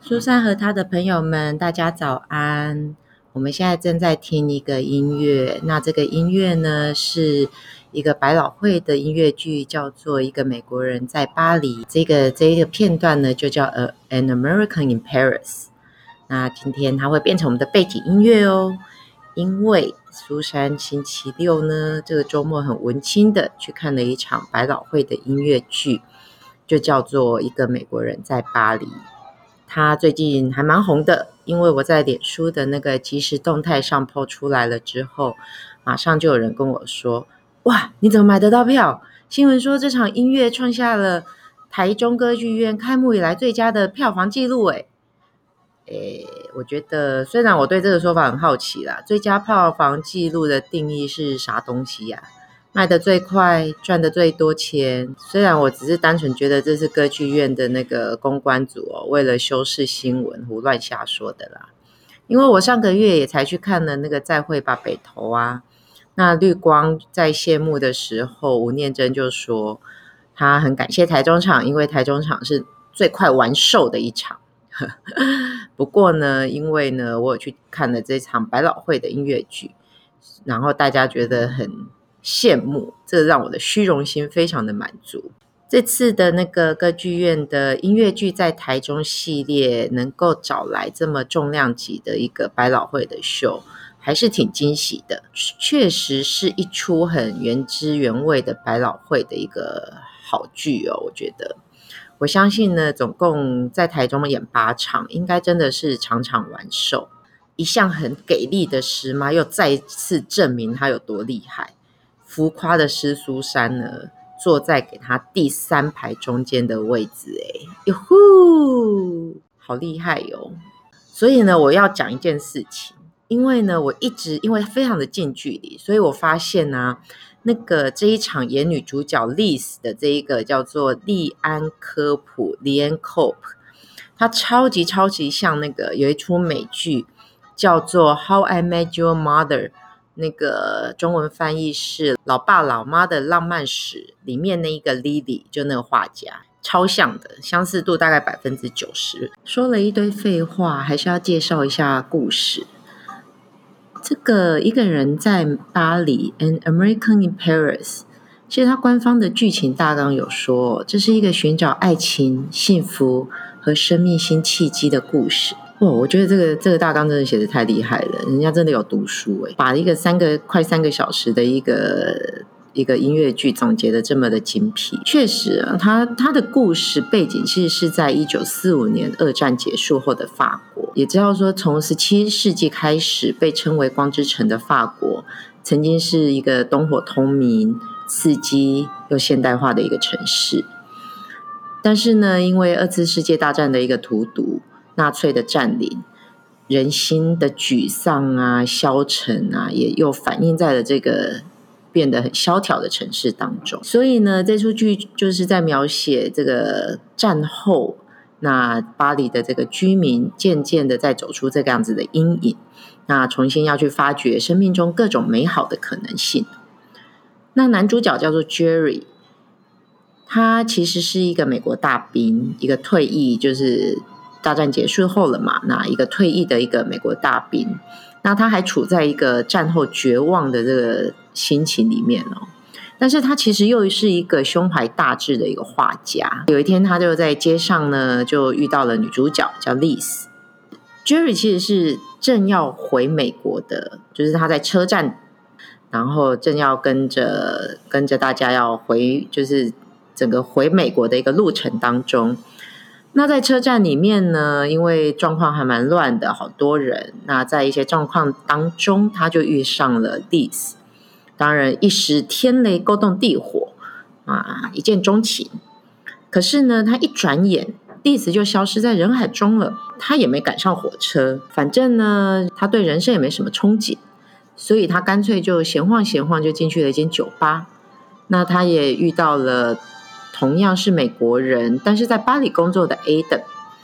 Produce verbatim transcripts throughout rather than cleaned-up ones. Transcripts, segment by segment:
苏珊和他的朋友们，大家早安。我们现在正在听一个音乐，那这个音乐呢是一个百老汇的音乐剧，叫做《一个美国人在巴黎》。这个这个片段呢就叫 A, An American in Paris。那今天它会变成我们的背景音乐哦，因为苏珊星期六呢这个周末很文青的去看了一场百老汇的音乐剧，就叫做《一个美国人在巴黎》。他最近还蛮红的，因为我在脸书的那个即时动态上 po 出来了之后，马上就有人跟我说，哇，你怎么买得到票？新闻说这场音乐创下了台中歌剧院开幕以来最佳的票房纪录诶。诶，我觉得虽然我对这个说法很好奇啦，最佳票房纪录的定义是啥东西呀？卖得最快，赚得最多钱。虽然我只是单纯觉得这是歌剧院的那个公关组哦，为了修饰新闻胡乱瞎说的啦。因为我上个月也才去看了那个再会吧北投啊，那绿光在谢幕的时候，吴念真就说他很感谢台中场，因为台中场是最快完售的一场。不过呢，因为呢我有去看了这场百老汇的音乐剧，然后大家觉得很羡慕，这让我的虚荣心非常的满足。这次的那个歌剧院的音乐剧在台中系列能够找来这么重量级的一个百老汇的秀，还是挺惊喜的。确实是一出很原汁原味的百老汇的一个好剧哦，我觉得。我相信呢，总共在台中演八场，应该真的是场场完售。一向很给力的石妈又再一次证明她有多厉害。浮夸的施苏珊呢，坐在给他第三排中间的位置，哎，哟呼，好厉害哟！所以呢，我要讲一件事情，因为呢，我一直因为非常的近距离，所以我发现啊，那个这一场演女主角 Liz 的这一个叫做利安科普 Lian Cope， 她超级超级像那个有一出美剧叫做 How I Met Your Mother。那个中文翻译是《老爸老妈的浪漫史》里面那一个 Lily， 就那个画家，超像的，相似度大概 百分之九十。 说了一堆废话，还是要介绍一下故事。这个一个人在巴黎 An American in Paris， 其实他官方的剧情大纲有说，这是一个寻找爱情、幸福和生命新契机的故事。哇，我觉得这个这个大纲真的写得太厉害了，人家真的有读书诶，把一个三个快三个小时的一个一个音乐剧总结的这么的精辟。确实啊，他他的故事背景其实是在一九四五年二战结束后的法国，也知道说从十七世纪开始被称为光之城的法国，曾经是一个灯火通明、刺激又现代化的一个城市。但是呢，因为二次世界大战的一个荼毒，纳粹的占领，人心的沮丧啊、消沉啊，也又反映在了这个变得很萧条的城市当中。所以呢，这出剧就是在描写这个战后，那巴黎的这个居民渐渐的在走出这个样子的阴影，那重新要去发掘生命中各种美好的可能性。那男主角叫做 Jerry， 他其实是一个美国大兵，一个退役，就是大战结束后了嘛，那一个退役的一个美国大兵，那他还处在一个战后绝望的这个心情里面哦。但是他其实又是一个胸怀大志的一个画家。有一天他就在街上呢，就遇到了女主角叫 Liz。 Jerry 其实是正要回美国的，就是他在车站，然后正要跟着跟着大家要回，就是整个回美国的一个路程当中。那在车站里面呢，因为状况还蛮乱的，好多人，那在一些状况当中他就遇上了 Liz， 当然一时天雷勾动地火啊，一见钟情。可是呢，他一转眼 Liz 就消失在人海中了，他也没赶上火车，反正呢他对人生也没什么憧憬，所以他干脆就闲晃闲晃就进去了一间酒吧。那他也遇到了同样是美国人，但是在巴黎工作的 Adam。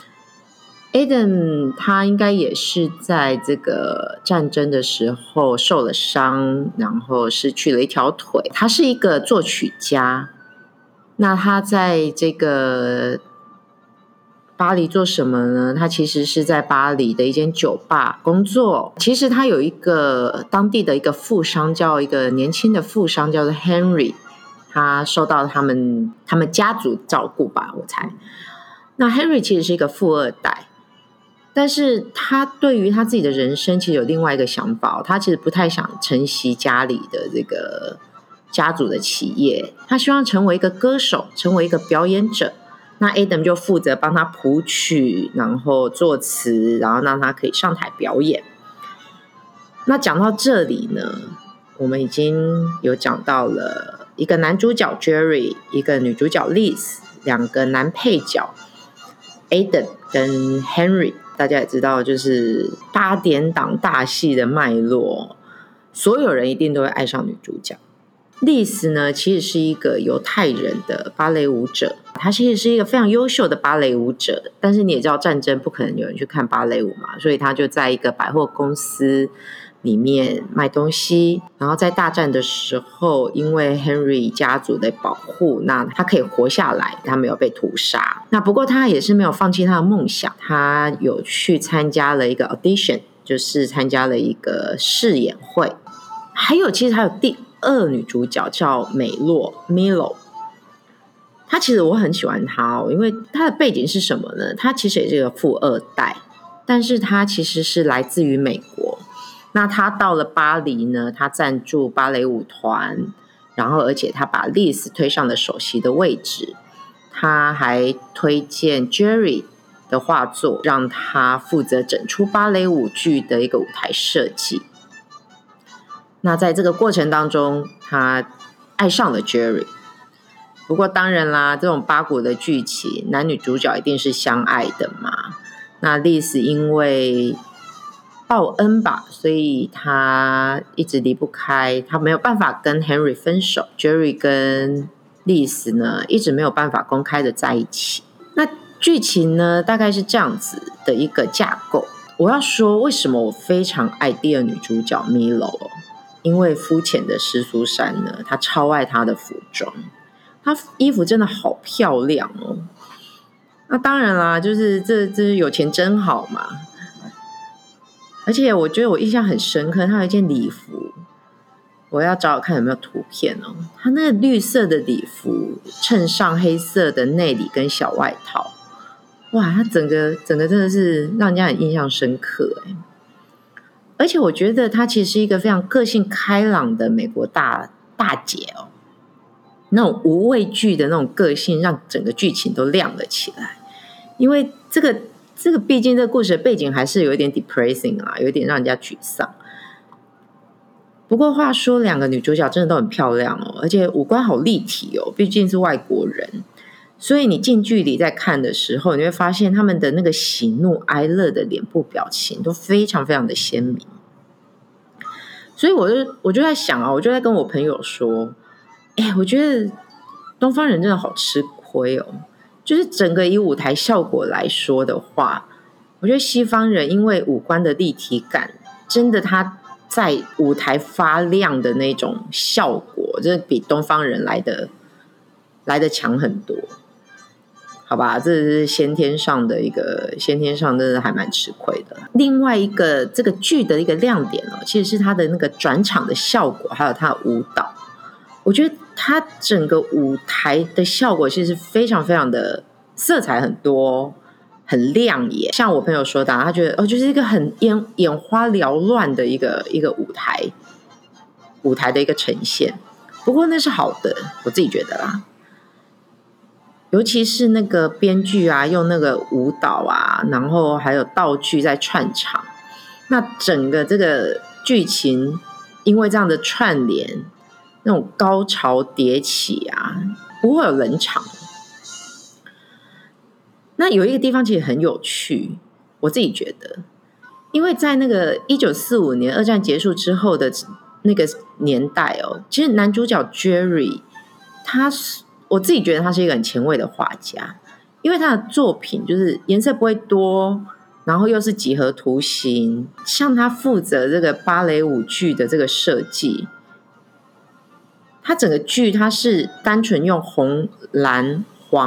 Adam 他应该也是在这个战争的时候受了伤，然后失去了一条腿。他是一个作曲家，那他在这个巴黎做什么呢？他其实是在巴黎的一间酒吧工作。其实他有一个当地的一个富商，叫一个年轻的富商叫做 Henry， 他受到他们他们家族照顾吧，我猜。那 Henry 其实是一个富二代，但是他对于他自己的人生其实有另外一个想法，他其实不太想承袭家里的这个家族的企业，他希望成为一个歌手，成为一个表演者。那 Adam 就负责帮他谱曲，然后作词，然后让他可以上台表演。那讲到这里呢，我们已经有讲到了一个男主角 Jerry， 一个女主角 Liz， 两个男配角 Adam 跟 Henry。 大家也知道，就是八点档大戏的脉络，所有人一定都会爱上女主角。丽丝呢，其实是一个犹太人的芭蕾舞者，她其实是一个非常优秀的芭蕾舞者，但是你也知道战争不可能有人去看芭蕾舞嘛，所以她就在一个百货公司里面卖东西，然后在大战的时候，因为 Henry 家族的保护，那他可以活下来，他没有被屠杀。那不过他也是没有放弃他的梦想，他有去参加了一个 audition， 就是参加了一个试演会。还有其实还有第二女主角叫美洛 Milo， 她其实我很喜欢她哦，因为她的背景是什么呢？她其实也是一个富二代，但是她其实是来自于美国。那她到了巴黎呢，她赞助芭蕾舞团，然后而且她把 Liz 推上了首席的位置。她还推荐 Jerry 的画作，让他负责整出芭蕾舞剧的一个舞台设计。那在这个过程当中，他爱上了 Jerry。 不过当然啦，这种八股的剧情，男女主角一定是相爱的嘛。那 Liz 因为报恩吧，所以他一直离不开，他没有办法跟 Henry 分手。 Jerry 跟 Liz 呢，一直没有办法公开的在一起。那剧情呢，大概是这样子的一个架构。我要说为什么我非常爱第二女主角 Milo，因为肤浅的施苏珊呢，她超爱她的服装，她衣服真的好漂亮哦。那当然啦，就是这这有钱真好嘛。而且我觉得我印象很深刻，她有一件礼服，我要找找看有没有图片哦。她那个绿色的礼服衬上黑色的内里跟小外套，哇，她整个整个真的是让人家很印象深刻哎。而且我觉得她其实是一个非常个性开朗的美国大大姐哦，那种无畏惧的那种个性，让整个剧情都亮了起来。因为这个这个毕竟这个故事的背景还是有一点 depressing 啊，有一点让人家沮丧。不过话说，两个女主角真的都很漂亮哦，而且五官好立体哦，毕竟是外国人，所以你近距离在看的时候，你会发现他们的那个喜怒哀乐的脸部表情都非常非常的鲜明。所以我就我就在想啊，我就在跟我朋友说，哎，我觉得东方人真的好吃亏哦。就是整个以舞台效果来说的话，我觉得西方人因为五官的立体感，真的他在舞台发亮的那种效果，真的比东方人来的来的强很多。好吧，这是先天上的一个，先天上真的还蛮吃亏的。另外一个这个剧的一个亮点哦，其实是它的那个转场的效果，还有它的舞蹈。我觉得它整个舞台的效果其实非常非常的色彩很多，很亮眼。像我朋友说的，他觉得哦，就是一个很眼眼花缭乱的一个一个舞台，舞台的一个呈现。不过那是好的，我自己觉得啦。尤其是那个编剧啊，用那个舞蹈啊，然后还有道具在串场，那整个这个剧情因为这样的串联，那种高潮迭起啊，不会有冷场。那有一个地方其实很有趣，我自己觉得，因为在那个一九四五年二战结束之后的那个年代哦，其实男主角 Jerry 他是我自己觉得他是一个很前卫的画家，因为他的作品就是颜色不会多，然后又是几何图形，像他负责这个芭蕾舞剧的这个设计，他整个剧他是单纯用红蓝黄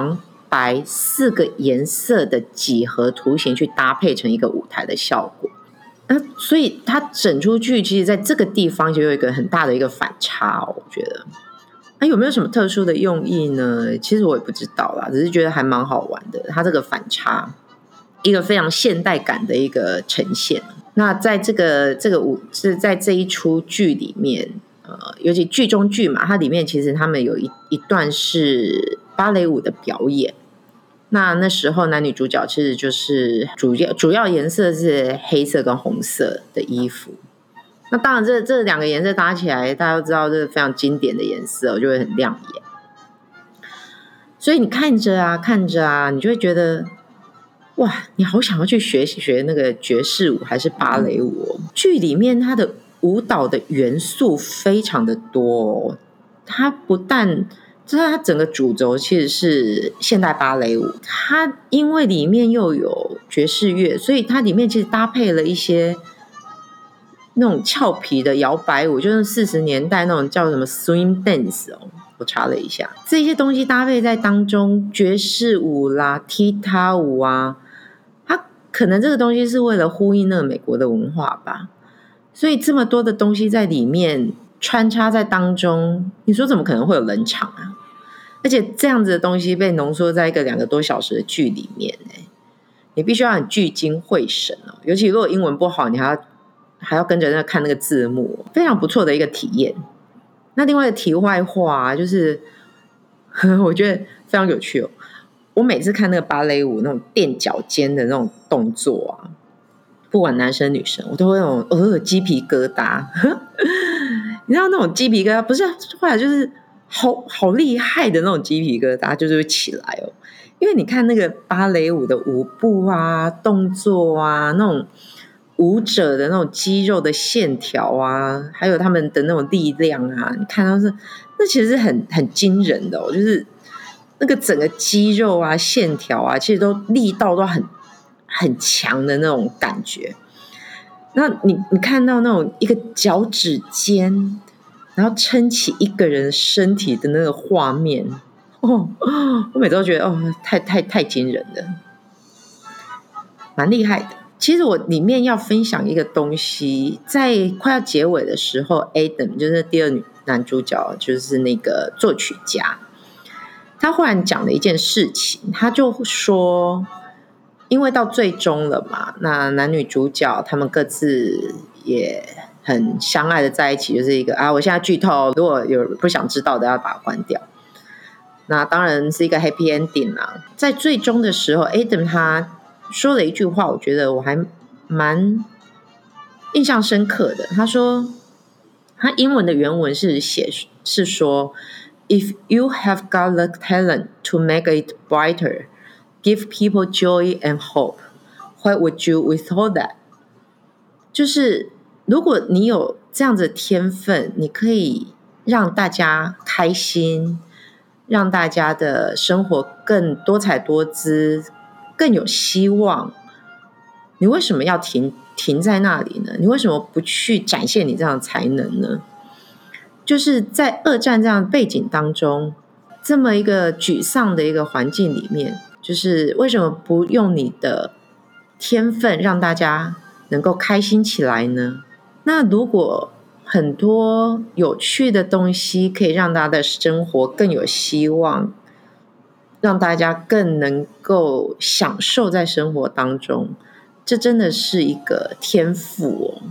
白四个颜色的几何图形去搭配成一个舞台的效果。那所以它整出剧其实在这个地方就有一个很大的一个反差哦，我觉得。那有没有什么特殊的用意呢？其实我也不知道啦，只是觉得还蛮好玩的。它这个反差，一个非常现代感的一个呈现。那在这个这个舞是在这一出剧里面，呃，尤其剧中剧嘛，它里面其实他们有一一段是芭蕾舞的表演。那那时候男女主角其实就是主要主要颜色是黑色跟红色的衣服。那当然这这两个颜色搭起来，大家都知道这是非常经典的颜色，就会很亮眼。所以你看着啊看着啊，你就会觉得哇，你好想要去学学那个爵士舞还是芭蕾舞哦。剧里面它的舞蹈的元素非常的多哦，它不但就是它整个主轴其实是现代芭蕾舞，它因为里面又有爵士乐，所以它里面其实搭配了一些那种俏皮的摇摆舞，就是四十年代那种叫什么 swing dance 哦，我查了一下，这些东西搭配在当中，爵士舞啦、踢踏舞啊，它可能这个东西是为了呼应那个美国的文化吧，所以这么多的东西在里面穿插在当中，你说怎么可能会有冷场啊？而且这样子的东西被浓缩在一个两个多小时的剧里面，欸，你必须要很聚精会神哦。尤其如果英文不好，你还要还要跟着那看那个字幕，非常不错的一个体验。那另外的题外话，啊，就是呵呵我觉得非常有趣哦。我每次看那个芭蕾舞那种垫脚尖的那种动作啊，不管男生女生，我都会有呃鸡皮疙瘩。你知道那种鸡皮疙瘩不是后来就是好好厉害的那种鸡皮疙瘩，就是会起来哦。因为你看那个芭蕾舞的舞步啊、动作啊，那种舞者的那种肌肉的线条啊，还有他们的那种力量啊，你看到是那其实很很惊人的哦，就是那个整个肌肉啊、线条啊，其实都力道都很很强的那种感觉。那你你看到那种一个脚趾尖，然后撑起一个人身体的那个画面，哦，我每次都觉得哦，太太太惊人了，蛮厉害的。其实我里面要分享一个东西，在快要结尾的时候 ，Adam 就是第二女男主角，就是那个作曲家，他忽然讲了一件事情，他就说，因为到最终了嘛，那男女主角他们各自也很相爱的在一起，就是一个啊，我现在剧透，如果有不想知道的要把它关掉。那当然是一个 happy ending 啦。在最终的时候 ，Adam 他说了一句话，我觉得我还蛮印象深刻的。他说，他英文的原文是写是说 ，If you have got the talent to make it brighter, give people joy and hope, what would you withhold that？ 就是如果你有这样子的天分，你可以让大家开心，让大家的生活更多彩多姿，更有希望，你为什么要停停在那里呢？你为什么不去展现你这样的才能呢？就是在二战这样的背景当中，这么一个沮丧的一个环境里面，就是为什么不用你的天分让大家能够开心起来呢？那如果很多有趣的东西可以让大家的生活更有希望，让大家更能够享受在生活当中，这真的是一个天赋哦，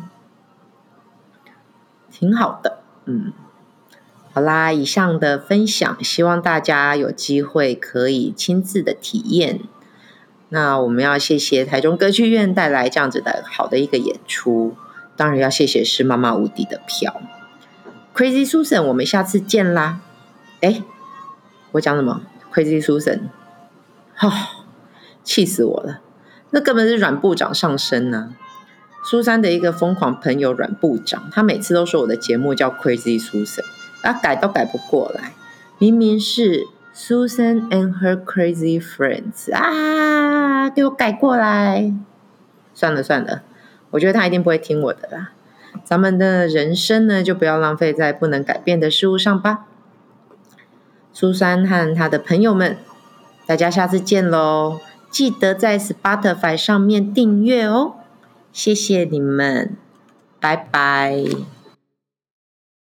挺好的。嗯，好啦，以上的分享，希望大家有机会可以亲自的体验。那我们要谢谢台中歌剧院带来这样子的好的一个演出，当然要谢谢是妈妈无敌的票。Crazy Susan， 我们下次见啦！哎，我讲什么 ？Crazy Susan， 哦，气死我了！那根本是阮部长上身啊！苏珊的一个疯狂朋友阮部长，他每次都说我的节目叫 Crazy Susan， 他改都改不过来，明明是 Susan and her crazy friends 啊，给我改过来！算了算了，我觉得他一定不会听我的啦。咱们的人生呢，就不要浪费在不能改变的事物上吧。苏珊和他的朋友们大家下次见喽！记得在 Spotify 上面订阅哦，谢谢你们，拜拜。